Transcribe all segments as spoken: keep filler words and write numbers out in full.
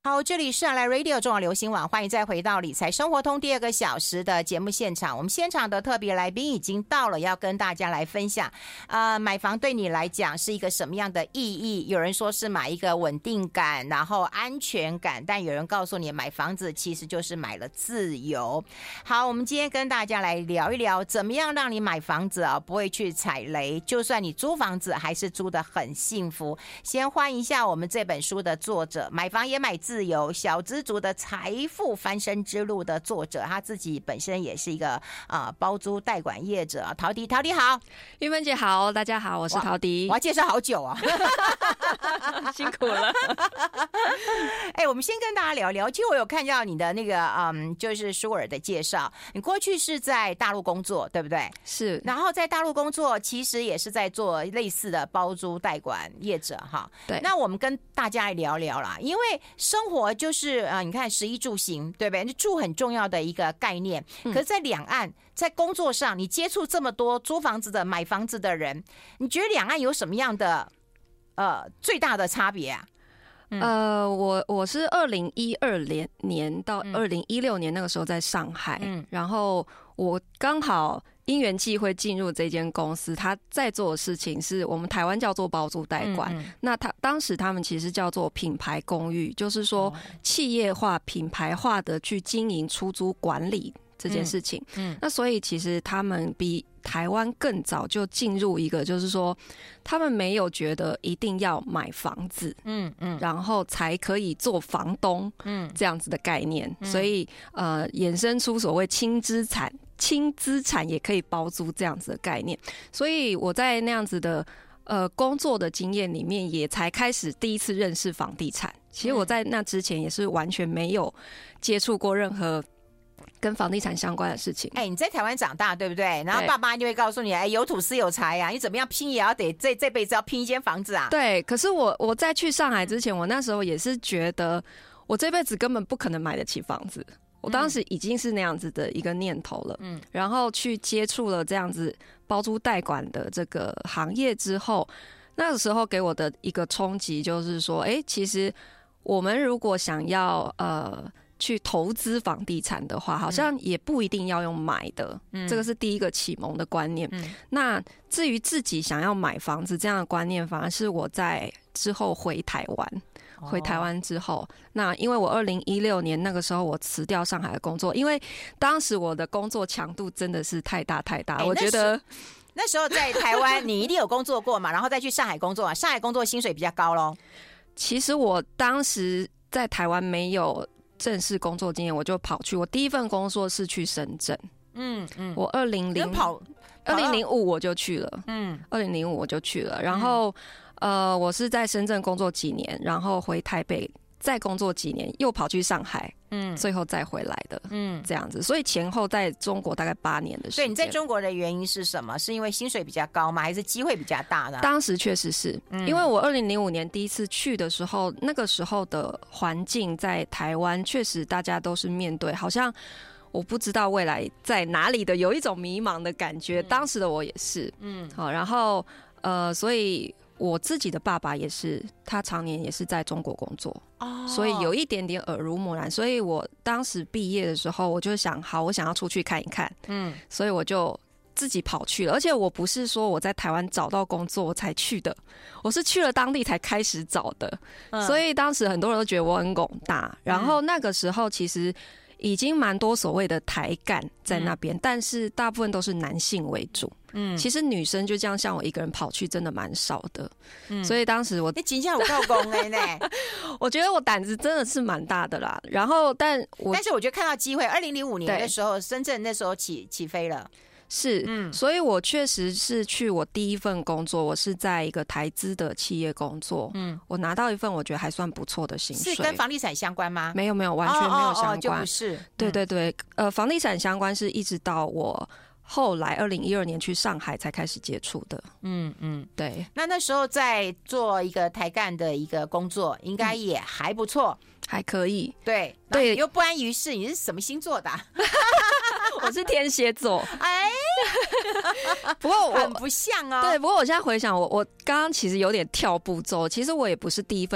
好，这里是来 Radio 中网流行网，欢迎再回到理财生活通第二个小时的节目现场。我们现场的特别来宾已经到了，要跟大家来分享，呃，买房对你来讲是一个什么样的意义？有人说是买一个稳定感，然后安全感，但有人告诉你，买房子其实就是买了自由。好，我们今天跟大家来聊一聊，怎么样让你买房子啊不会去踩雷，就算你租房子还是租得很幸福。先欢迎一下我们这本书的作者，买房也买自由，小资族的财富翻身之路的作者，他自己本身也是一个呃包租代管业者。陶迪，陶迪好。 玉芬姐好，大家好，我是陶迪。 我要介绍好久啊辛苦了哎、欸，我们先跟大家聊聊，其实我有看到你的那个嗯，就是舒尔的介绍，你过去是在大陆工作对不对？ 是。 然后在大陆工作其实也是在做类似的包租代管业者哈。 对。 那我们跟大家来聊聊啦，因为生活就是呃，你看食衣住行对不对？住很重要的一个概念。可是在两岸在工作上你接触这么多租房子的买房子的人，你觉得两岸有什么样的呃最大的差别啊？ 嗯、呃，我我是二零一二年到二零一六年那个时候在上海，嗯，然后我刚好因缘际会进入这间公司，他在做的事情是我们台湾叫做包租代管，嗯嗯那他当时他们其实叫做品牌公寓，就是说企业化、品牌化的去经营出租管理这件事情，嗯嗯、那所以其实他们比台湾更早就进入一个，就是说他们没有觉得一定要买房子，嗯嗯，然后才可以做房东，嗯，这样子的概念，嗯、所以呃衍生出所谓轻资产、轻资产也可以包租这样子的概念，所以我在那样子的呃工作的经验里面，也才开始第一次认识房地产。其实我在那之前也是完全没有接触过任何跟房地产相关的事情。 哎、欸，你在台湾长大对不对？然后爸妈就会告诉你，哎、欸，有土是有财啊，你怎么样拼也要得这这辈子要拼一间房子啊。 对，可是我我在去上海之前，我那时候也是觉得我这辈子根本不可能买得起房子。我当时已经是那样子的一个念头了，嗯，然后去接触了这样子包租代管的这个行业之后，那个时候给我的一个冲击就是说，哎、欸，其实我们如果想要呃。去投资房地产的话，好像也不一定要用买的，嗯、这个是第一个启蒙的观念。嗯、那至于自己想要买房子这样的观念，反而是我在之后回台湾，回台湾之后，那因为我二零一六年那个时候我辞掉上海的工作，因为当时我的工作强度真的是太大太大，欸、我觉得。 那时候在台湾你一定有工作过嘛，然后再去上海工作嘛，上海工作薪水比较高咯。 其实我当时在台湾没有正式工作经验，我就跑去。我第一份工作是去深圳，嗯嗯，我二零零跑二零零五我就去了，嗯，二零零五我就去了。然后、嗯、呃，我是在深圳工作几年，然后回台北再工作几年，又跑去上海，嗯，最后再回来的，嗯，这样子。所以前后在中国大概八年的时间。 对，你在中国的原因是什么？是因为薪水比较高吗？还是机会比较大呢？ 当时确实是、嗯、因为我二零零五年第一次去的时候，那个时候的环境在台湾确实大家都是面对好像我不知道未来在哪里的有一种迷茫的感觉、嗯、当时的我也是，嗯，好，然后呃，所以我自己的爸爸也是，他常年也是在中国工作，哦，所以有一点点耳濡目染。所以我当时毕业的时候，我就想，好，我想要出去看一看，嗯，所以我就自己跑去了。而且我不是说我在台湾找到工作我才去的，我是去了当地才开始找的。嗯、所以当时很多人都觉得我很拱大。然后那个时候其实已经蛮多所谓的台干在那边、嗯，但是大部分都是男性为主。嗯，其实女生就这样像我一个人跑去，真的蛮少的。嗯，所以当时我你真的有够公的呢， 我觉得我胆子真的是蛮大的啦。然后，但我但是我觉得看到机会，二零零五年的时候，深圳那时候起起飞了。 是，嗯，所以我确实是去我第一份工作，我是在一个台资的企业工作，嗯，我拿到一份我觉得还算不错的薪水。 是跟房地产相关吗？ 没有没有，完全没有相关，哦哦哦就不是。 对对对，呃，房地产相关是一直到我后来二零一二年去上海才开始接触的。嗯嗯，对。 那那时候在做一个台干的一个工作，应该也还不错。嗯， 还可以， 对对，又不安于世。你是什么星座的、啊？ 我是天蝎座。 哎， 不过我很不像哦。 对，不过我现在回想，我我刚刚其实有点跳步骤。其实我也不是第一份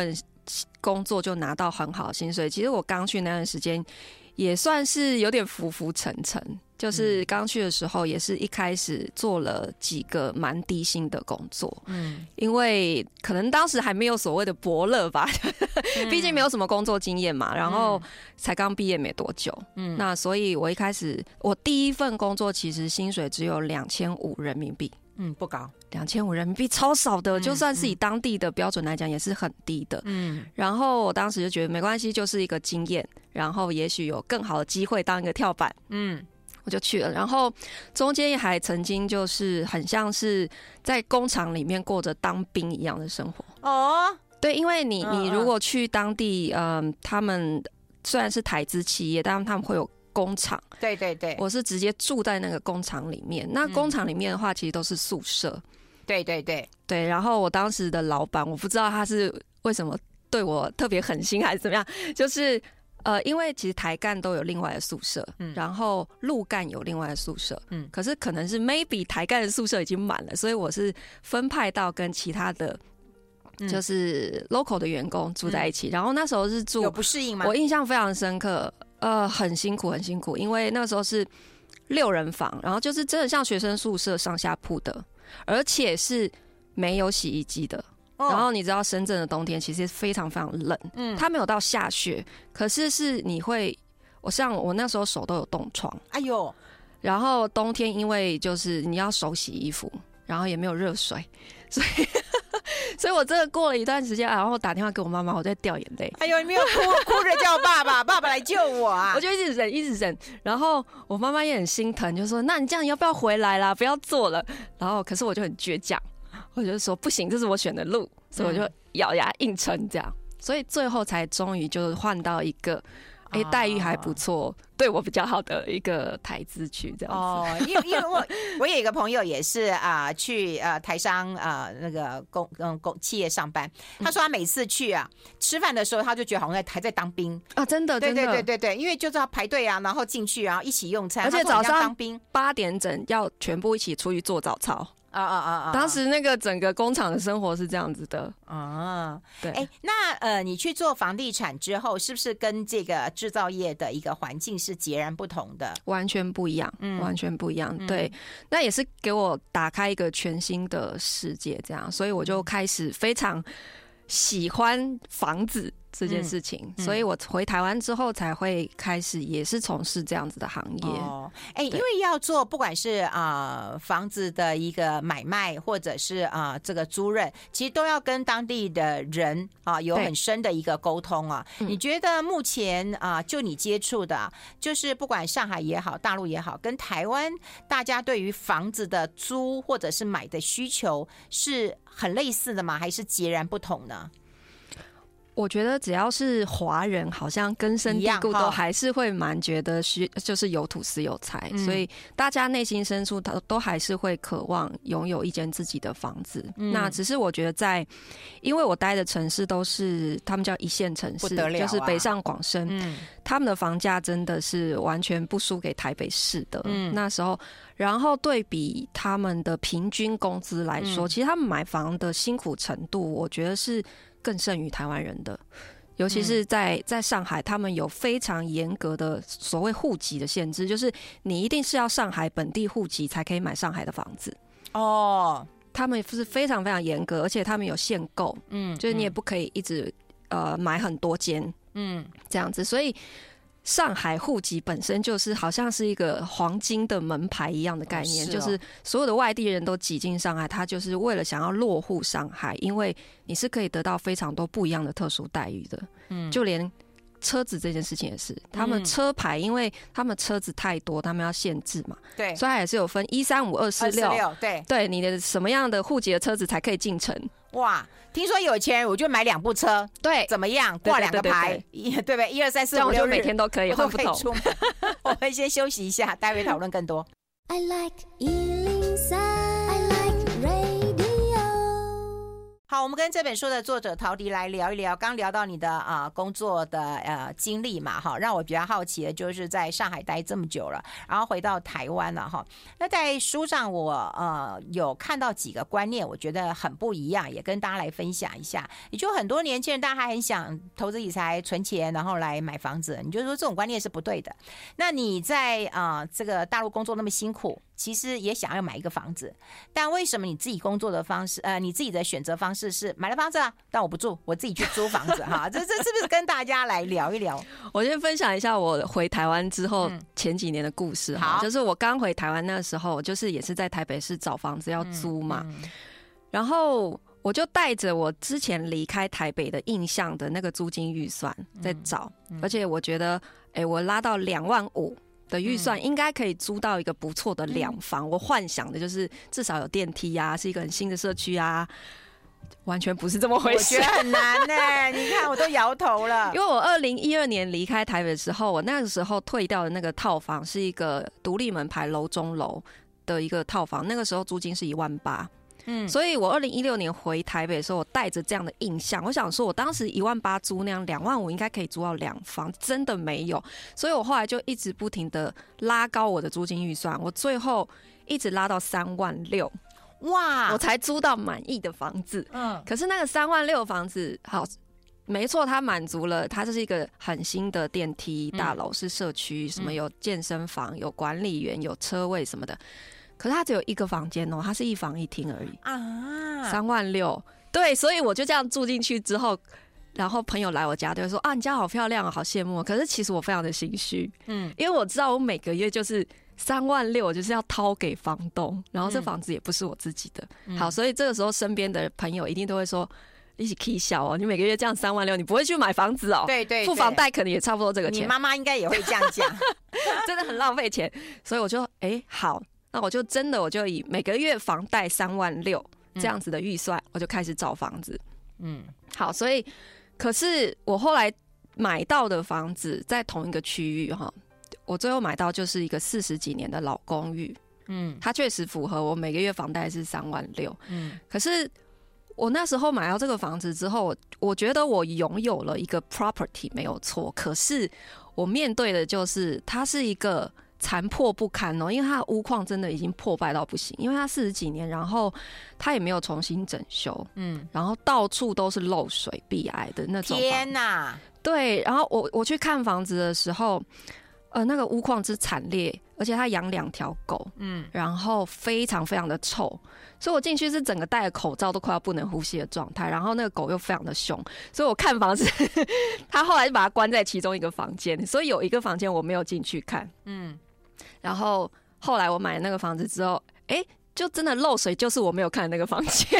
工作就拿到很好的薪水。其实我刚去那段时间也算是有点浮浮沉沉，就是刚去的时候也是一开始做了几个蛮低薪的工作，嗯，因为可能当时还没有所谓的伯乐吧，毕竟没有什么工作经验嘛，然后才刚毕业没多久，嗯，那所以我一开始我第一份工作其实薪水只有两千五人民币。 嗯，不高， 两千五人民币超少的，嗯，就算是以当地的标准来讲，也是很低的。嗯，然后我当时就觉得没关系，就是一个经验，然后也许有更好的机会当一个跳板，嗯，我就去了。然后中间还曾经就是很像是在工厂里面过着当兵一样的生活。哦，对，因为你你如果去当地，嗯，他们虽然是台资企业，但他们会有工厂， 对对对， 我是直接住在那个工厂里面。那工厂里面的话，其实都是宿舍。 对对对对，然后我当时的老板，我不知道他是为什么对我特别狠心还是怎么样，就是呃，因为其实台干都有另外的宿舍，嗯，然后陆干有另外的宿舍，嗯，可是可能是 maybe 台干的宿舍已经满了，所以我是分派到跟其他的。就是 local 的员工住在一起，嗯，然后那时候是住， 有不适应吗？ 我印象非常深刻，呃，很辛苦，很辛苦，因为那时候是六人房，然后就是真的像学生宿舍上下铺的，而且是没有洗衣机的。哦，然后你知道深圳的冬天其实非常非常冷，嗯，它没有到下雪，可是是你会，我像我那时候手都有冻疮，哎呦，然后冬天因为就是你要手洗衣服，然后也没有热水，所以。所以我真的过了一段时间，然后打电话给我妈妈，我在掉眼泪。 哎呦，你没有哭，哭着叫爸爸，爸爸来救我啊！ 我就一直忍，一直忍。然后我妈妈也很心疼，就说：“那你这样你要不要回来啦？不要做了。”然后可是我就很倔强，我就说不行，这是我选的路，所以我就咬牙硬撑这样。所以最后才终于就是换到一个。哎，待遇还不错，对我比较好的一个台资去这样子。哦， 因为因为我我有一个朋友也是啊、呃，去呃台商啊、呃、那个公嗯公企业上班，他说他每次去啊吃饭的时候，他就觉得好像在还在当兵啊，真的， 对对对对对，因为就是要排队啊，然后进去然后一起用餐， 而且早上当兵八点整要全部一起出去做早操。啊啊啊啊！当时那个整个工厂的生活是这样子的啊。对，哎，那呃，你去做房地产之后，是不是跟这个制造业的一个环境是截然不同的？ 完全不一样，嗯，完全不一样。对，那也是给我打开一个全新的世界，这样，所以我就开始非常喜欢房子这件事情，嗯嗯，所以我回台湾之后才会开始也是从事这样子的行业。哦， 哎，因为要做不管是啊、呃、房子的一个买卖，或者是啊、呃、这个租赁，其实都要跟当地的人啊、呃、有很深的一个沟通啊。你觉得目前啊、呃、就你接触的，就是不管上海也好，大陆也好，跟台湾大家对于房子的租或者是买的需求是很类似的吗？还是截然不同呢？ 我觉得只要是华人，好像根深蒂固都还是会蛮觉得需就是有土斯有财、嗯，所以大家内心深处都都还是会渴望拥有一间自己的房子、嗯。那只是我觉得在，因为我待的城市都是他们叫一线城市，啊、就是北上广深、嗯，他们的房价真的是完全不输给台北市的、嗯、那时候。然后对比他们的平均工资来说、嗯，其实他们买房的辛苦程度，我觉得是更胜于台湾人的。尤其是在在上海，他们有非常严格的所谓户籍的限制，就是你一定是要上海本地户籍才可以买上海的房子。哦，他们是非常非常严格，而且他们有限购，嗯，就是你也不可以一直呃买很多间，嗯，这样子，所以。上海户籍本身就是好像是一个黄金的门牌一样的概念、哦是哦、就是所有的外地人都挤进上海，他就是为了想要落户上海，因为你是可以得到非常多不一样的特殊待遇的，嗯，就连车子这件事情也是，他们车牌、嗯、因为他们车子太多，他们要限制嘛，对，所以它也是有分一三五二四六，对对，你的什么样的户籍的车子才可以进城？哇， 听说有钱人我就买两部车，对，怎么样挂两个牌，对不对？一二三四五六日， 每天都可以换不同。 我们先休息一下，待会讨论更多。I like 一零三好，我们跟这本书的作者陶迪来聊一聊。刚聊到你的啊、呃、工作的呃经历嘛，哈，让我比较好奇的就是在上海待这么久了，然后回到台湾了哈。那在书上我呃有看到几个观念，我觉得很不一样，也跟大家来分享一下。也就很多年轻人，大家还很想投资理财、存钱，然后来买房子，你就说这种观念是不对的。那你在啊、呃、这个大陆工作那么辛苦，其实也想要买一个房子，但为什么你自己工作的方式，呃，你自己的选择方式是买了房子啊，但我不住，我自己去租房子哈？这这是不是跟大家来聊一聊？ 我先分享一下我回台湾之后前几年的故事哈、嗯，就是我刚回台湾那时候，就是也是在台北市找房子要租嘛，嗯嗯、然后我就带着我之前离开台北的印象的那个租金预算在找，嗯嗯、而且我觉得，哎、欸，我拉到两万五。的预算应该可以租到一个不错的两房、嗯，我幻想的就是至少有电梯啊，是一个很新的社区啊，完全不是这么回事， 我觉得很难呢、欸。你看我都摇头了， 因为我二零一二年离开台北的时候，我那个时候退掉的那个套房是一个独立门牌楼中楼的一个套房，那个时候租金是一万八。嗯，所以我二零一六年回台北的时候，我带着这样的印象，我想说，我当时一万八租那样，两万五应该可以租到两房，真的没有，所以我后来就一直不停的拉高我的租金预算，我最后一直拉到三万六，哇，我才租到满意的房子。嗯，可是那个三万六房子，好，没错，它满足了，它是一个很新的电梯大楼，是社区，什么有健身房、有管理员、有车位什么的。可是它只有一个房间哦，它是一房一厅而已啊，三万六，对，所以我就这样住进去之后，然后朋友来我家就会说啊，你家好漂亮啊，好羡慕。可是其实我非常的心虚，嗯，因为我知道我每个月就是三万六，我就是要掏给房东，然后这房子也不是我自己的，嗯、好，所以这个时候身边的朋友一定都会说。一起 K 笑哦！你每个月这样三万六，你不会去买房子哦？ 对 对, 对， 付房贷可能也差不多这个钱。 你妈妈应该也会这样讲， 真的很浪费钱。所以我就哎、欸、好，那我就真的我就以每个月房贷三万六这样子的预算、嗯，我就开始找房子。嗯，好，所以可是我后来买到的房子在同一个区域哈，我最后买到就是一个四十几年的老公寓。嗯，它确实符合我每个月房贷是三万六。嗯，可是。我那时候买到这个房子之后，我觉得我拥有了一个 property 没有错，可是我面对的就是它是一个残破不堪哦，因为它的屋况真的已经破败到不行，因为它四十几年，然后它也没有重新整修，嗯，然后到处都是漏水壁癌的那种。 天哪！ 对，然后我我去看房子的时候。呃，那个屋况之惨烈，而且他养两条狗，嗯，然后非常非常的臭，所以我进去是整个戴着口罩都快要不能呼吸的状态，然后那个狗又非常的凶，所以我看房子，他后来就把它关在其中一个房间，所以有一个房间我没有进去看，嗯，然后后来我买了那个房子之后，哎、欸，就真的漏水，就是我没有看的那个房间。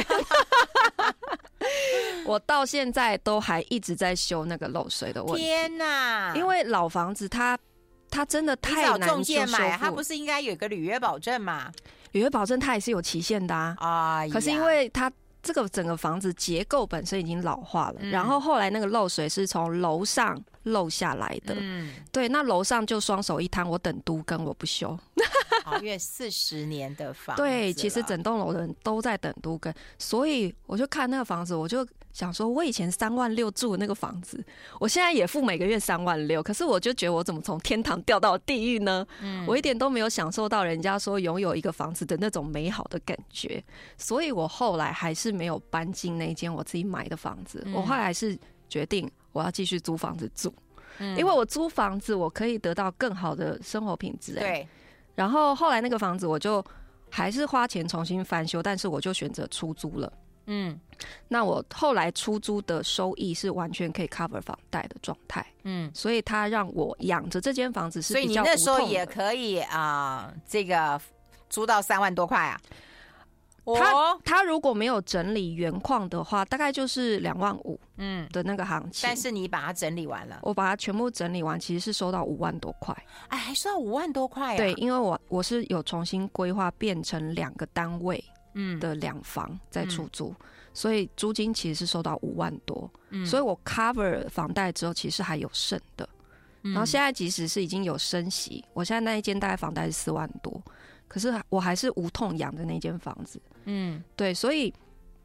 我到现在都还一直在修那个漏水的问题。 天哪！ 因为老房子它。它真的太难修复， 它不是应该有一个履约保证吗？ 履约保证它也是有期限的啊。啊，可是因为它这个整个房子结构本身已经老化了，嗯、然后后来那个漏水是从楼上漏下来的。嗯，对，那楼上就双手一摊，我等都更，我不修。 好，因为四十年的房子， 对，其实整栋楼的人都在等都更，所以我就看那个房子，我就想说，我以前三万六住的那个房子，我现在也付每个月三万六，可是我就觉得我怎么从天堂掉到地狱呢？嗯，我一点都没有享受到人家说拥有一个房子的那种美好的感觉，所以我后来还是没有搬进那间我自己买的房子，嗯、我后来还是决定我要继续租房子住，嗯、因为我租房子我可以得到更好的生活品质、欸。 对。 然后后来那个房子我就还是花钱重新翻修，但是我就选择出租了。嗯，那我后来出租的收益是完全可以 cover 房贷的状态。嗯，所以他让我养着这间房子是比较无痛的。 所以你那时候也可以啊、呃，这个租到三万多块啊。 他他如果没有整理原况的话，大概就是两万五，嗯的那个行情。 但是你把它整理完了， 我把它全部整理完，其实是收到五万多块。 哎，还收到五万多块啊？ 对，因为我我是有重新规划变成两个单位，嗯的两房在出租、嗯，所以租金其实是收到五万多。嗯，所以我 cover 房贷之后，其实还有剩的。嗯、然后现在即使是已经有升息，我现在那一间大概房贷是四万多。可是我还是无痛养的那间房子，嗯，对，所以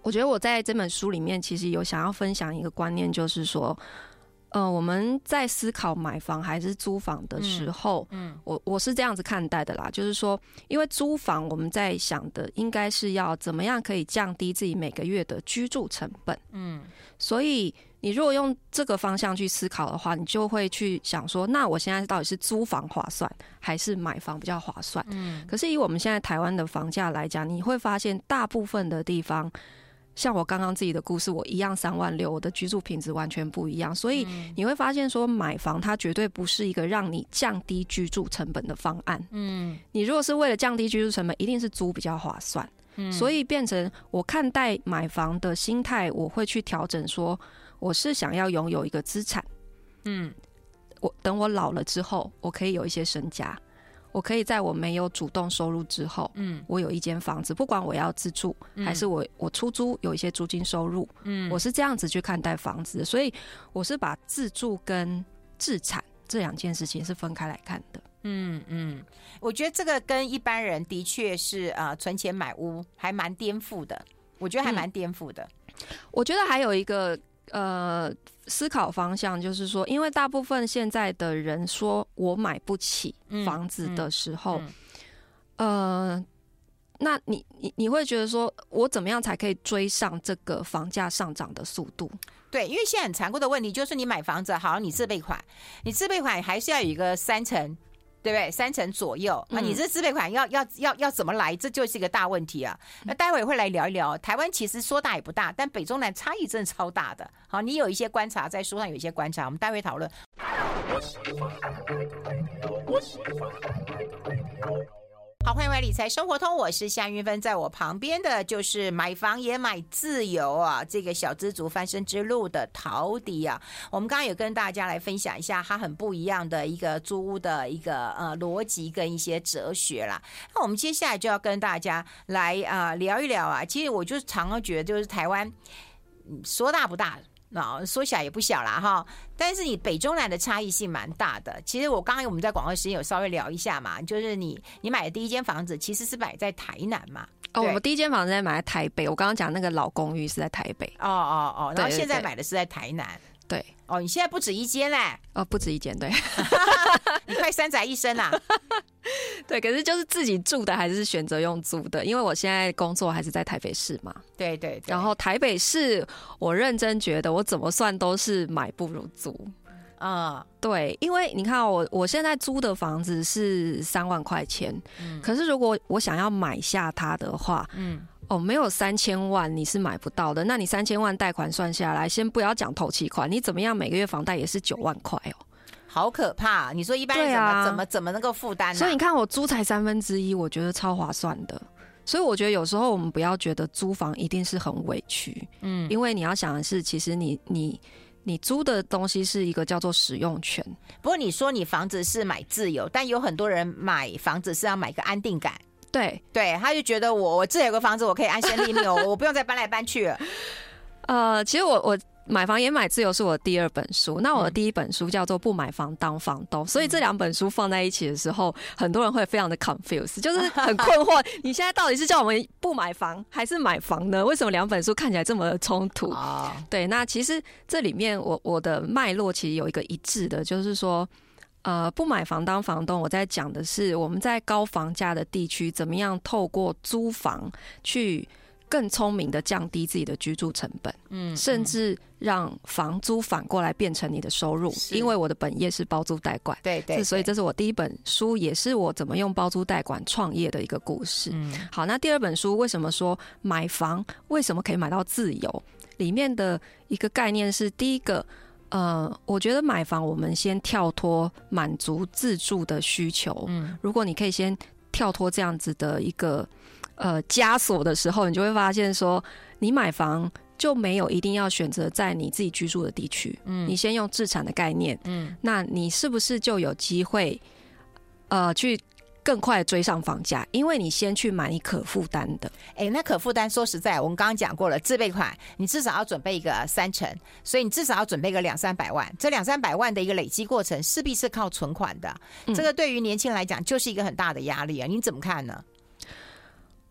我觉得我在这本书里面其实有想要分享一个观念，就是说呃，我们在思考买房还是租房的时候，嗯，嗯我我是这样子看待的啦，就是说，因为租房我们在想的应该是要怎么样可以降低自己每个月的居住成本，嗯，所以你如果用这个方向去思考的话，你就会去想说，那我现在到底是租房划算还是买房比较划算？嗯，可是以我们现在台湾的房价来讲，你会发现大部分的地方。像我刚刚自己的故事，我一样三万六，我的居住品质完全不一样，所以你会发现说，买房它绝对不是一个让你降低居住成本的方案。嗯，你如果是为了降低居住成本，一定是租比较划算。嗯，所以变成我看待买房的心态，我会去调整说，我是想要拥有一个资产。嗯，我等我老了之后，我可以有一些身家。我可以在我没有主动收入之后，嗯，我有一间房子，不管我要自住、嗯、还是我我出租，有一些租金收入，嗯，我是这样子去看待房子，所以我是把自住跟置产这两件事情是分开来看的。 嗯嗯，我觉得这个跟一般人的确是呃存钱买屋还蛮颠覆的，我觉得还蛮颠覆的、 嗯。我觉得还有一个。呃，思考方向就是说，因为大部分现在的人说我买不起房子的时候，嗯嗯、呃，那你你你会觉得说，我怎么样才可以追上这个房价上涨的速度？ 对，因为现在很残酷的问题就是，你买房子好，你自备款，你自备款还是要有一个三成。对不对？三成左右、嗯、啊，你这自备款要要要要怎么来？这就是一个大问题啊。那待会会来聊一聊。台湾其实说大也不大，但北中南差异真的超大的。好，你有一些观察，在书上有一些观察，我们待会讨论。好，欢迎回来理财生活通，我是夏云芬，在我旁边的就是买房也买自由啊，这个小资族翻身之路的陶迪啊。我们刚刚有跟大家来分享一下他很不一样的一个租屋的一个呃逻辑跟一些哲学啦。那我们接下来就要跟大家来啊、呃、聊一聊啊。其实我就常常觉得，就是台湾说大不大。哦、说小也不小啦哈，但是你北中南的差异性蛮大的。其实我刚刚我们在广告时间有稍微聊一下嘛，就是你你买的第一间房子其实是买在台南嘛。 哦，我们第一间房子在买在台北，我刚刚讲那个老公寓是在台北。 哦哦哦，然后现在买的是在台南。 对, 对, 对， 哦，你现在不止一间嘞。 哦，不止一间，对。 你快三宅一生啊。 对，可是就是自己住的还是选择用租的，因为我现在工作还是在台北市嘛。 对对对。 然后台北市，我认真觉得我怎么算都是买不如租。啊、嗯，对，因为你看我我现在租的房子是三万块钱、嗯，可是如果我想要买下它的话，嗯。哦，没有三千万你是买不到的。那你三千万贷款算下来，先不要讲头期款，你怎么样每个月房贷也是九万块哦， 好可怕！你说一般人怎么、啊、怎么怎么能够负担呢？ 所以你看我租才三分之一，我觉得超划算的。所以我觉得有时候我们不要觉得租房一定是很委屈，嗯，因为你要想的是，其实你你你租的东西是一个叫做使用权。 不过你说你房子是买自由，但有很多人买房子是要买个安定感。 对对，他就觉得我我这有个房子，我可以安身立命哦，我不用再搬来搬去了。 呃，其实我我买房也买自由是我的第二本书，那我的第一本书叫做《不买房当房东》，所以这两本书放在一起的时候，很多人会非常的 confused， 就是很困惑，你现在到底是叫我们不买房还是买房呢？为什么两本书看起来这么冲突？哦、对，那其实这里面我我的脉络其实有一个一致的，就是说。呃，不买房当房东，我在讲的是我们在高房价的地区，怎么样透过租房去更聪明的降低自己的居住成本，嗯，甚至让房租反过来变成你的收入，因为我的本业是包租代管， 对 对, 对， 所以这是我第一本书，也是我怎么用包租代管创业的一个故事。嗯，好，那第二本书为什么说买房为什么可以买到自由？里面的一个概念是，第一个。呃，我觉得买房我们先跳脱满足自住的需求，嗯，如果你可以先跳脱这样子的一个呃枷锁的时候，你就会发现说，你买房就没有一定要选择在你自己居住的地区，嗯，你先用置产的概念，嗯，那你是不是就有机会呃去更快的追上房价？因为你先去买你可负担的。 哎，那可负担说实在，我们刚刚讲过了，自备款你至少要准备一个三成，所以你至少要准备个两三百万。这两三百万的一个累积过程，势必是靠存款的。嗯、这个对于年轻人来讲，就是一个很大的压力啊！你怎么看呢？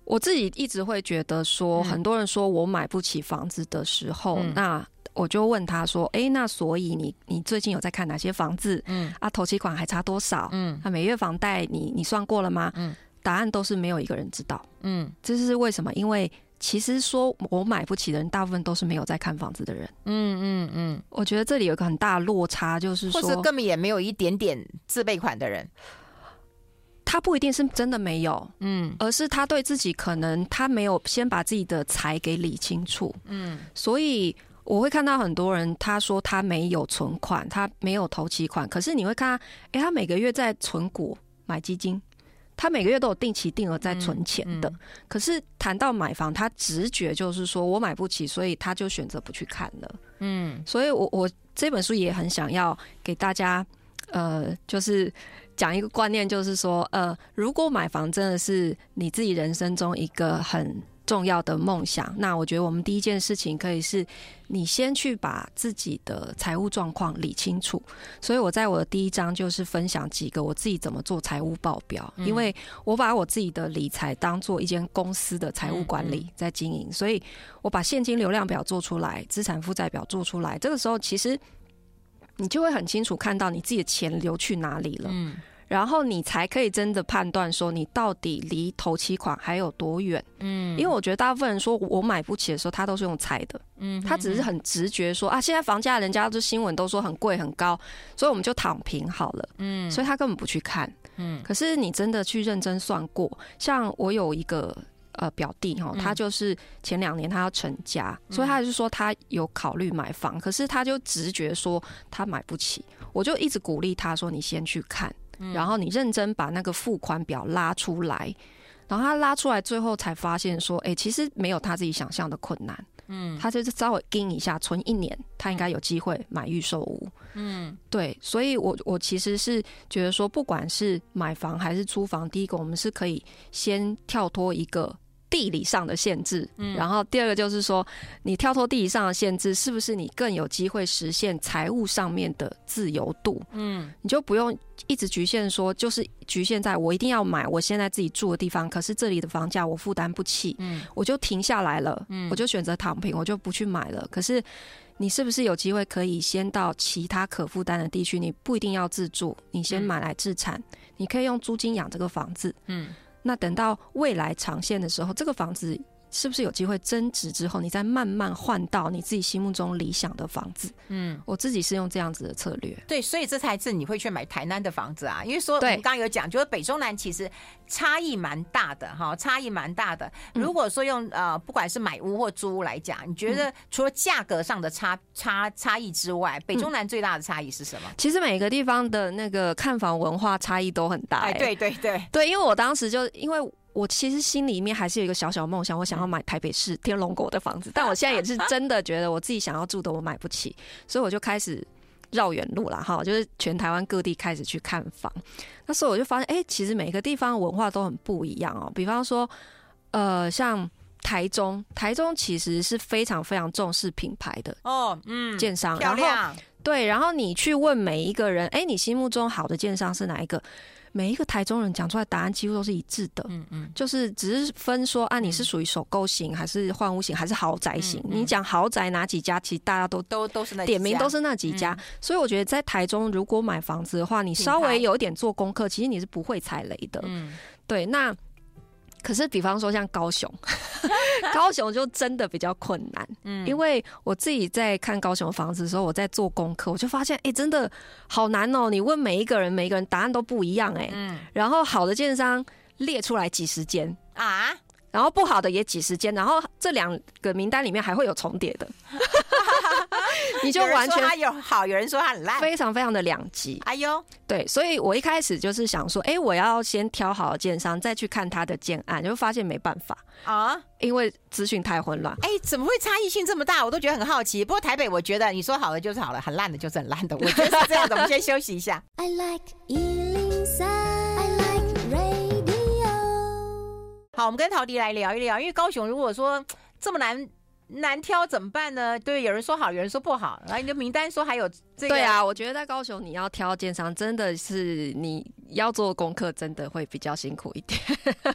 我自己一直会觉得说，嗯、很多人说我买不起房子的时候，嗯、那我就问他说：“哎、欸，那所以你你最近有在看哪些房子？嗯，啊，头期款还差多少？嗯，啊，每月房贷你你算过了吗？嗯，答案都是没有一个人知道。嗯，这是为什么？因为其实说我买不起的人，大部分都是没有在看房子的人。嗯嗯嗯，我觉得这里有一个很大的落差，就是说， 或是根本也没有一点点自备款的人。” 他不一定是真的没有，嗯，而是他对自己可能他没有先把自己的财给理清楚，嗯，所以我会看到很多人他说他没有存款，他没有头期款，可是你会看他，哎、欸，他每个月在存股、买基金，他每个月都有定期定额在存钱的，嗯嗯、可是谈到买房，他直觉就是说我买不起，所以他就选择不去看了，嗯，所以我我这本书也很想要给大家，呃，就是讲一个观念，就是说，呃，如果买房真的是你自己人生中一个很重要的梦想，那我觉得我们第一件事情可以是你先去把自己的财务状况理清楚。所以我在我的第一章就是分享几个我自己怎么做财务报表，嗯、因为我把我自己的理财当做一间公司的财务管理在经营，所以我把现金流量表做出来，资产负债表做出来，这个时候其实你就会很清楚看到你自己的钱流去哪里了，嗯，然后你才可以真的判断说你到底离头期款还有多远，嗯，因为我觉得大部分人说我买不起的时候，他都是用猜的，嗯，他只是很直觉说啊，现在房价人家就新闻都说很贵很高，所以我们就躺平好了，嗯，所以他根本不去看，嗯，可是你真的去认真算过，像我有一个呃表弟哈，他就是前两年他要成家，嗯、所以他就是说他有考虑买房，可是他就直觉说他买不起，我就一直鼓励他说你先去看，嗯、然后你认真把那个付款表拉出来，然后他拉出来最后才发现说，哎、欸，其实没有他自己想象的困难，嗯，他就是稍微盯一下，存一年，他应该有机会买预售屋，嗯，对，所以我我其实是觉得说，不管是买房还是租房，第一个我们是可以先跳脱一个地理上的限制，嗯，然后第二个就是说，你跳脱地理上的限制，是不是你更有机会实现财务上面的自由度？嗯，你就不用一直局限说，就是局限在我一定要买我现在自己住的地方，可是这里的房价我负担不起，嗯，我就停下来了，嗯，我就选择躺平，我就不去买了。可是你是不是有机会可以先到其他可负担的地区？你不一定要自住，你先买来置产，嗯，你可以用租金养这个房子，嗯。那等到未来长线的时候，这个房子是不是有机会增值之后，你再慢慢换到你自己心目中理想的房子？嗯，我自己是用这样子的策略。 对，所以这才是你会去买台南的房子啊，因为说我们刚刚有讲，就是北中南其实差异蛮大的哈，差异蛮大的。如果说用呃不管是买屋或租屋来讲，你觉得除了价格上的差差差异之外，北中南最大的差异是什么？ 其实每个地方的那个看房文化差异都很大，欸。 哎，对对对对，因为我当时就因为。我其实心里面还是有一个小小梦想，我想要买台北市天龙国的房子，但我现在也是真的觉得我自己想要住的我买不起，所以我就开始绕远路啦，哈，就是全台湾各地开始去看房。那时候我就发现，哎、欸，其实每个地方文化都很不一样哦。比方说，呃，像台中，台中其实是非常非常重视品牌的哦，嗯，建商， 漂亮， 然后对，然后你去问每一个人，哎、欸，你心目中好的建商是哪一个？每一个台中人讲出来答案几乎都是一致的，嗯嗯，就是只是分说啊，你是属于首购型还是换屋型还是豪宅型？嗯嗯，你讲豪宅哪几家，其实大家都都都是那点名都是那几家，嗯，所以我觉得在台中如果买房子的话，你稍微有一点做功课，其实你是不会踩雷的，嗯，对，那。可是，比方说像高雄，高雄就真的比较困难，嗯，因为我自己在看高雄房子的时候，我在做功课，我就发现，哎、欸，真的好难哦！你问每一个人，每一个人答案都不一样，哎，嗯，然后好的建商列出来几十间啊，然后不好的也几十间，然后这两个名单里面还会有重叠的。你就完全有人说他有好，有人说他很烂， 非常非常的两极。 哎呦， 对，所以我一开始就是想说，哎、欸，我要先挑好的建商，再去看他的建案，就发现没办法啊，因为资讯太混乱。 哎、欸，怎么会差异性这么大？我都觉得很好奇。不过台北，我觉得你说好的就是好了，很烂的就是很烂的，我觉得是这样的。我们先休息一下。I like 一零三 I like radio。好，我们跟陶迪来聊一聊，因为高雄如果说这么难。难挑怎么办呢？对，有人说好，有人说不好。然后你的名单说还有这个， 对啊，我觉得在高雄你要挑建商，真的是你要做功课，真的会比较辛苦一点。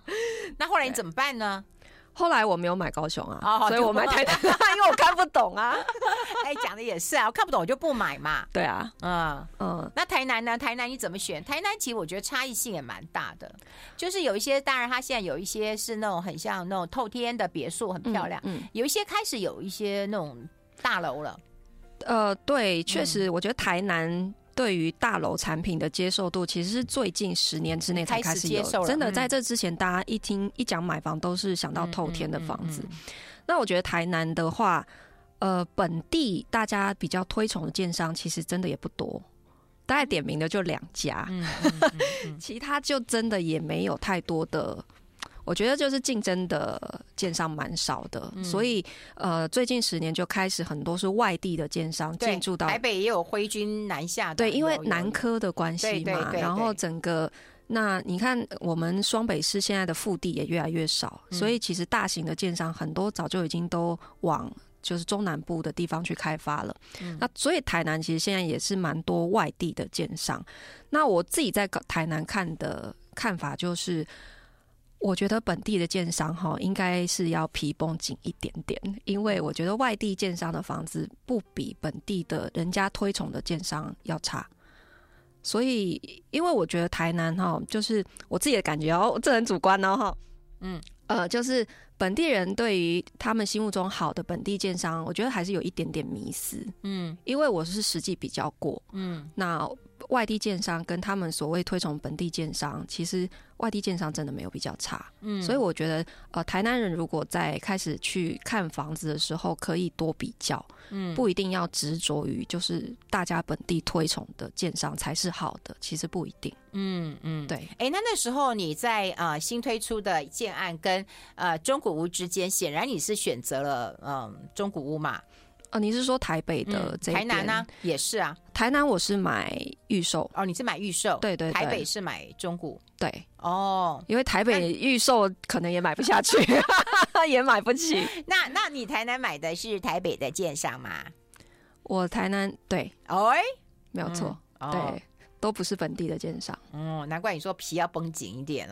那后来你怎么办呢？ 后来我没有买高雄啊， 哦、 所以我买台南，因为我看不懂啊。 哎，讲的也是啊，我看不懂我就不买嘛。 对啊， 嗯嗯。那台南呢？台南你怎么选？台南其实我觉得差异性也蛮大的，就是有一些，当然它现在有一些是那种很像那种透天的别墅，很漂亮。嗯，嗯有一些开始有一些那种大楼了。 呃，对，确实，我觉得台南对于大楼产品的接受度，其实是最近十年之内才开始有。 始真的，在这之前，大家一听一讲买房，都是想到透天的房子。嗯嗯嗯嗯、那我觉得台南的话，呃，本地大家比较推崇的建商，其实真的也不多，大概点名的就两家，嗯嗯嗯嗯、其他就真的也没有太多的。我觉得就是竞争的建商蛮少的，嗯、所以呃，最近十年就开始很多是外地的建商进驻到台北，也有挥军南下的， 对，因为南科的关系嘛， 对对对对然后整个那你看我们双北市现在的腹地也越来越少，嗯、所以其实大型的建商很多早就已经都往就是中南部的地方去开发了，嗯、那所以台南其实现在也是蛮多外地的建商。那我自己在台南看的看法就是。我觉得本地的建商哈，应该是要皮绷紧一点点，因为我觉得外地建商的房子不比本地的人家推崇的建商要差。所以，因为我觉得台南哈，就是我自己的感觉哦，这很主观哦哈，嗯呃，就是本地人对于他们心目中好的本地建商，我觉得还是有一点点迷思，嗯，因为我是实际比较过，嗯，那。外地建商跟他们所谓推崇本地建商，其实外地建商真的没有比较差，嗯，所以我觉得呃，台南人如果在开始去看房子的时候，可以多比较，嗯，不一定要执着于就是大家本地推崇的建商才是好的，其实不一定，嗯嗯，对。 哎，那那时候你在呃新推出的建案跟呃中古屋之间，显然你是选择了嗯、呃、中古屋嘛？ 哦，你是说台北的这一边、 嗯、台南呢、啊？也是啊。 台南我是买预售哦，你是买预售， 对 对, 对， 台北是买中古， 对哦， 因为台北预售可能也买不下去，也买不起。 那那你台南买的是台北的建商吗？ 我台南对， 哦， 没有错，嗯、对。哦都不是本地的建商， 嗯，难怪你说皮要绷紧一点了。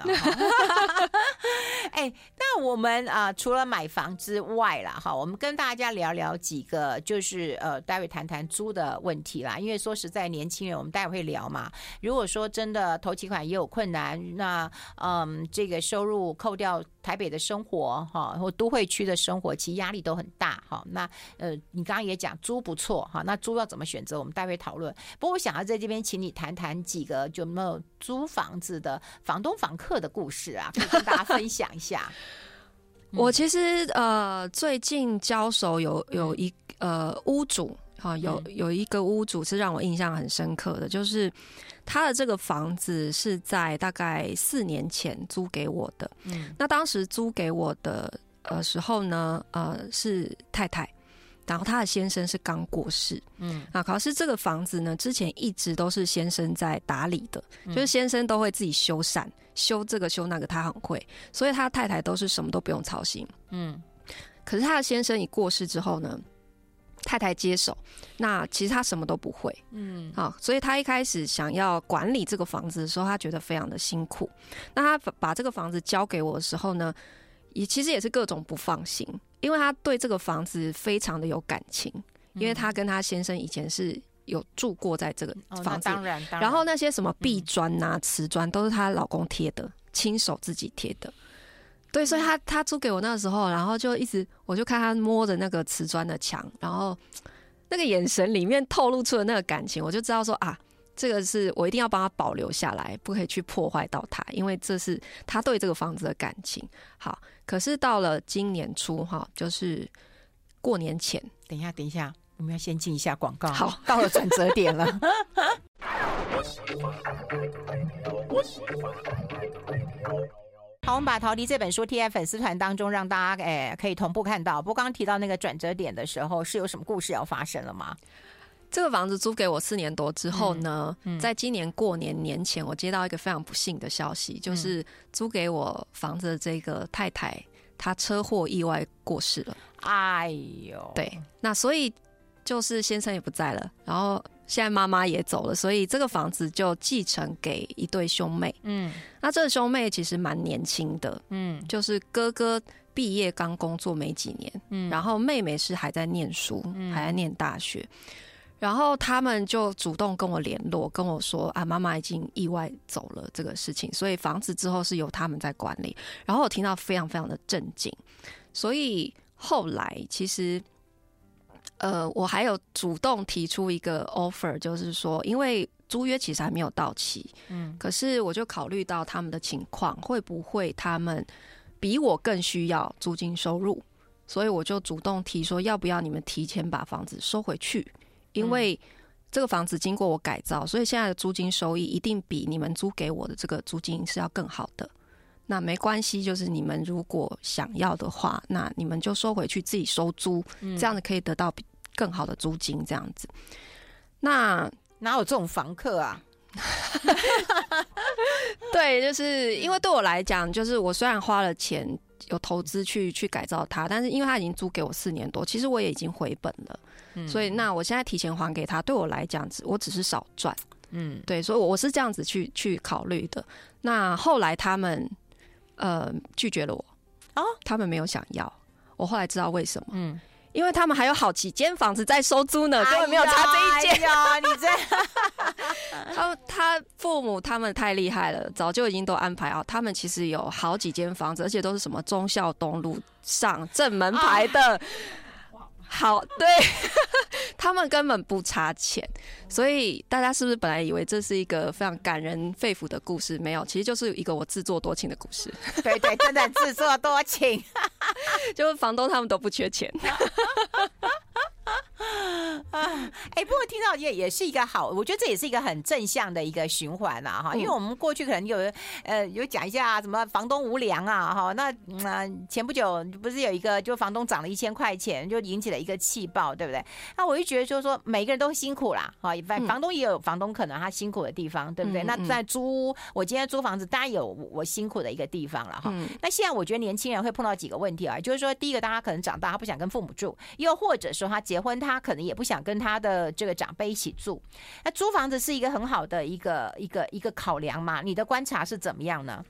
哎，那我们啊、呃，除了买房之外啦，哈，我们跟大家聊聊几个，就是呃，待会谈谈租的问题啦。因为说实在，年轻人我们待会会聊嘛。如果说真的头期款也有困难，那嗯，这个收入扣掉台北的生活哈，或都会区的生活，其实压力都很大哈。那呃，你刚刚也讲租不错哈，那租要怎么选择，我们待会讨论。不过我想要在这边请你谈谈几个有没有租房子的房东房客的故事啊，可以跟大家分享一下。 嗯、我其实呃最近交手有有一呃屋主哈，有有一个屋主是让我印象很深刻的，就是他的这个房子是在大概四年前租给我的。嗯，那当时租给我的呃时候呢，呃是太太。然后他的先生是刚过世，嗯啊，可是这个房子呢，之前一直都是先生在打理的，嗯、就是先生都会自己修缮，修这个修那个，他很会，所以他太太都是什么都不用操心，嗯。可是他的先生一过世之后呢，太太接手，那其实他什么都不会，嗯，啊，所以他一开始想要管理这个房子的时候，他觉得非常的辛苦。那他把这个房子交给我的时候呢，也其实也是各种不放心。因为他对这个房子非常的有感情，因为他跟他先生以前是有住过在这个房子， 哦、当然，当然然后那些什么壁砖啊、瓷砖、嗯、都是她老公贴的，亲手自己贴的。对，所以他他租给我那时候，然后就一直我就看他摸着那个瓷砖的墙，然后那个眼神里面透露出的那个感情，我就知道说啊。这个是我一定要帮他保留下来，不可以去破坏到他，因为这是他对这个房子的感情。好，可是到了今年初哈，就是过年前， 等一下，等一下，我们要先进一下广告。 好， 到了转折点了。好，我们把《陶迪》这本书贴在粉丝团当中，让大家哎可以同步看到。不过刚刚提到那个转折点的时候，是有什么故事要发生了吗？ 这个房子租给我四年多之后呢、嗯嗯、在今年过年年前，我接到一个非常不幸的消息，就是租给我房子的这个太太，她车祸意外过世了。 哎呦， 对，那所以就是先生也不在了，然后现在妈妈也走了，所以这个房子就继承给一对兄妹。嗯，那这个兄妹其实蛮年轻的，嗯，就是哥哥毕业刚工作没几年，嗯，然后妹妹是还在念书，嗯，还在念大学。然后他们就主动跟我联络，跟我说啊，妈妈已经意外走了这个事情，所以房子之后是由他们在管理。然后我听到非常非常的震惊，所以后来其实。呃，我还有主动提出一个 offer， 就是说，因为租约其实还没有到期，嗯，可是我就考虑到他们的情况，会不会他们比我更需要租金收入，所以我就主动提说，要不要你们提前把房子收回去？因为这个房子经过我改造，所以现在的租金收益一定比你们租给我的这个租金是要更好的。那没关系，就是你们如果想要的话，那你们就收回去自己收租，嗯，这样子可以得到更好的租金，这样子。那哪有这种房客啊？ 对，就是因为对我来讲，就是我虽然花了钱有投资去去改造它，但是因为它已经租给我四年多，其实我也已经回本了，嗯，所以那我现在提前还给他，对我来讲，我只是少赚，嗯，对，所以我是这样子去去考虑的。那后来他们。呃，拒绝了我，哦，他们没有想要。我后来知道为什么，嗯，因为他们还有好几间房子在收租呢，根本没有差这一间。 哎呀，你这他他父母他们太厉害了，早就已经都安排好。他们其实有好几间房子，而且都是什么忠孝东路上正门牌的。啊好，对，他们根本不差钱，所以大家是不是本来以为这是一个非常感人肺腑的故事？没有，其实就是一个我自作多情的故事。 对对，真的自作多情， 就是房东他们都不缺钱。 哎、欸，不过听到也也是一个好，我觉得这也是一个很正向的一个循环啦哈。因为我们过去可能有呃有讲一下什么房东无良啊哈，那嗯、呃、前不久不是有一个就房东涨了一千块钱，就引起了一个气爆，对不对？那我就觉得就是说每个人都辛苦啦哈，房东也有房东可能他辛苦的地方，对不对？嗯、那在租我今天租房子，当然有我辛苦的一个地方了哈。嗯、那现在我觉得年轻人会碰到几个问题啊，就是说第一个，大家可能长大他不想跟父母住，又或者说他结婚他可能也不想跟他的这个长辈一起住，那租房子是一个很好的一个一个一个考量嘛？你的观察是怎么样呢？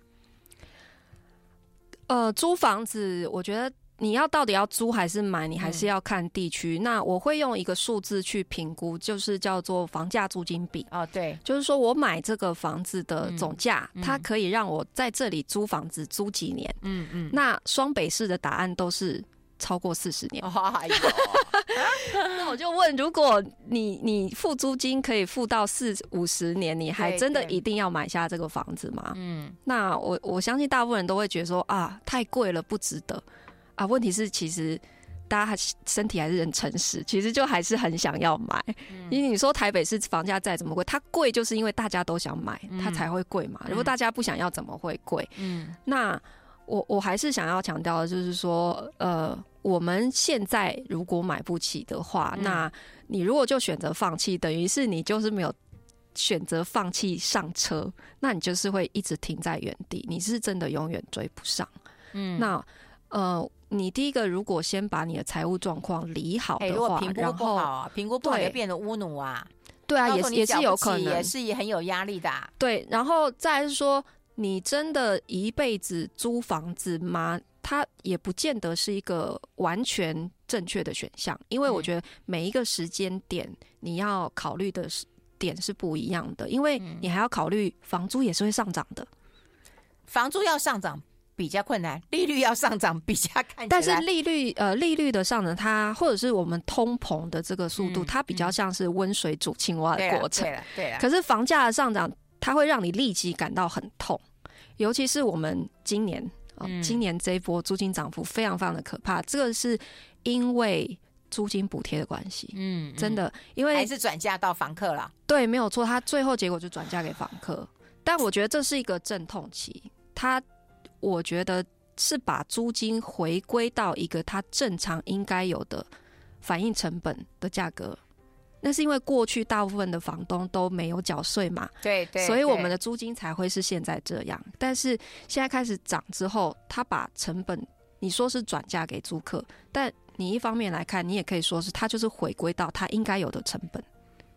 呃，租房子，我觉得你要到底要租还是买，你还是要看地区。嗯、那我会用一个数字去评估，就是叫做房价租金比。 哦，对， 就是说我买这个房子的总价，嗯、它可以让我在这里租房子租几年？嗯嗯。那双北市的答案都是超过四十年。 哎呦那我就问，如果你你付租金可以付到四五十年，你还真的一定要买下这个房子吗？嗯，那我我相信大部分人都会觉得说啊，太贵了，不值得啊。问题是，其实大家身体还是很诚实，其实就还是很想要买。嗯、因为你说台北市房价再怎么贵，它贵就是因为大家都想买，它才会贵嘛。嗯、如果大家不想要，怎么会贵？嗯，那我我还是想要强调的就是说，呃。我们现在如果买不起的话，嗯、那你如果就选择放弃，等于是你就是没有选择放弃上车，那你就是会一直停在原地，你是真的永远追不上。嗯，那呃，你第一个如果先把你的财务状况理好的话，欸、 如果评估不好啊，评估不好就变成乌奴啊， 对啊，也也是有可能， 也是很有压力的、啊。 对，然后再来是说，你真的一辈子租房子吗？它也不见得是一个完全正确的选项，因为我觉得每一个时间点你要考虑的点是不一样的，因为你还要考虑房租也是会上涨的， 房租要上涨比较困难，利率要上涨比较看起来， 但是利率呃利率的上涨，它或者是我们通膨的这个速度，嗯、它比较像是温水煮青蛙的过程， 对了对了。 可是房价的上涨，它会让你立即感到很痛，尤其是我们今年。嗯、今年这一波租金涨幅非常非常的可怕，这个是因为租金补贴的关系，嗯，真的，因为还是转嫁到房客了， 对，没有错，他最后结果就转嫁给房客，但我觉得这是一个阵痛期，他我觉得是把租金回归到一个他正常应该有的反映成本的价格。那是因为过去大部分的房东都没有缴税嘛， 对对， 所以我们的租金才会是现在这样。但是现在开始涨之后，他把成本你说是转嫁给租客，但你一方面来看，你也可以说是他就是回归到他应该有的成本。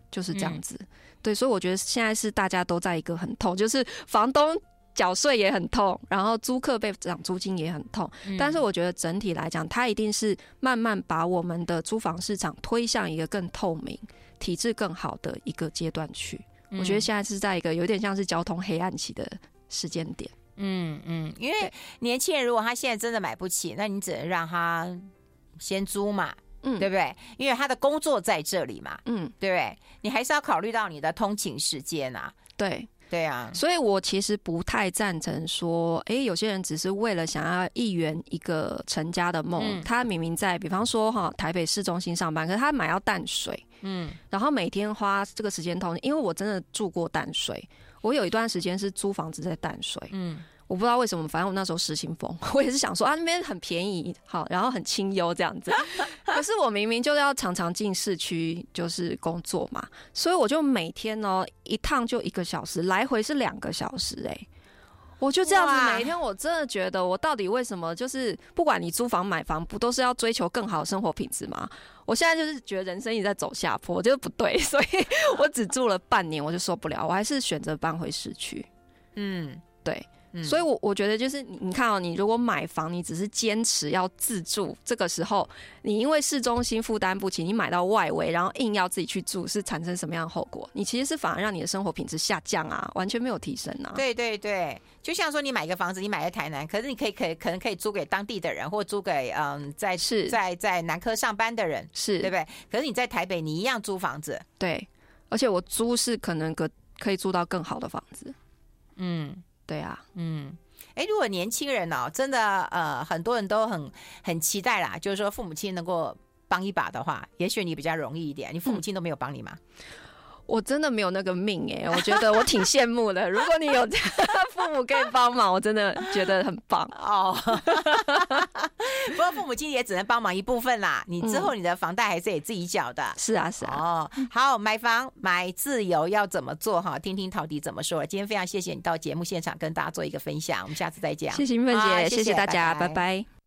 就是这样子。嗯、对，所以我觉得现在是大家都在一个很痛，就是房东缴税也很痛，然后租客被涨租金也很痛、嗯、但是我觉得整体来讲，它一定是慢慢把我们的租房市场推向一个更透明、体制更好的一个阶段去。我觉得现在是在一个有点像是交通黑暗期的时间点。 嗯嗯，因为年轻人如果他现在真的买不起，那你只能让他先租嘛，嗯，对不对？因为他的工作在这里嘛，嗯，对不对？你还是要考虑到你的通勤时间啊。 对。 对啊， 所以我其实不太赞成说，哎，有些人只是为了想要一圆一个成家的梦、嗯，他明明在，比方说哈台北市中心上班，可是他买到淡水，嗯，然后每天花这个时间通勤，因为我真的住过淡水，我有一段时间是租房子在淡水，嗯。我不知道为什么，反正我那时候失心疯，我也是想说啊，那边很便宜，好，然后很清幽这样子。可是我明明就要常常进市区，就是工作嘛，所以我就每天呢一趟就一个小时，来回是两个小时、欸，哎，我就这样子每天，我真的觉得我到底为什么就是不管你租房买房，不都是要追求更好的生活品质吗？我现在就是觉得人生一直在走下坡，我觉得不对，所以我只住了半年，我就受不了，我还是选择搬回市区。嗯，对。嗯、所以我，我我觉得就是你看哦，你如果买房，你只是坚持要自住，这个时候你因为市中心负担不起，你买到外围，然后硬要自己去住，是产生什么样的后果？你其实是反而让你的生活品质下降啊，完全没有提升啊。 对对对，就像说你买一个房子，你买在台南，可是你可以可可能可以租给当地的人，或租给嗯在是在在南科上班的人，是对不对？可是你在台北，你一样租房子， 对，而且我租是可能可可以租到更好的房子，嗯。对啊， 嗯，哎，如果年轻人哦，真的呃，很多人都很很期待啦，就是说父母亲能够帮一把的话，也许你比较容易一点。你父母亲都没有帮你吗？嗯、 我真的没有那个命哎、欸，我觉得我挺羡慕的。如果你有父母可以帮忙，我真的觉得很棒哦。 不过父母亲也只能帮忙一部分啦，你之后你的房贷还是得自己缴的。 是啊，是啊。 哦，好，买房买自由要怎么做哈？听听陶迪怎么说了。今天非常谢谢你到节目现场跟大家做一个分享，我们下次再见。 谢谢明芬姐、啊，谢谢大家，拜拜。拜拜。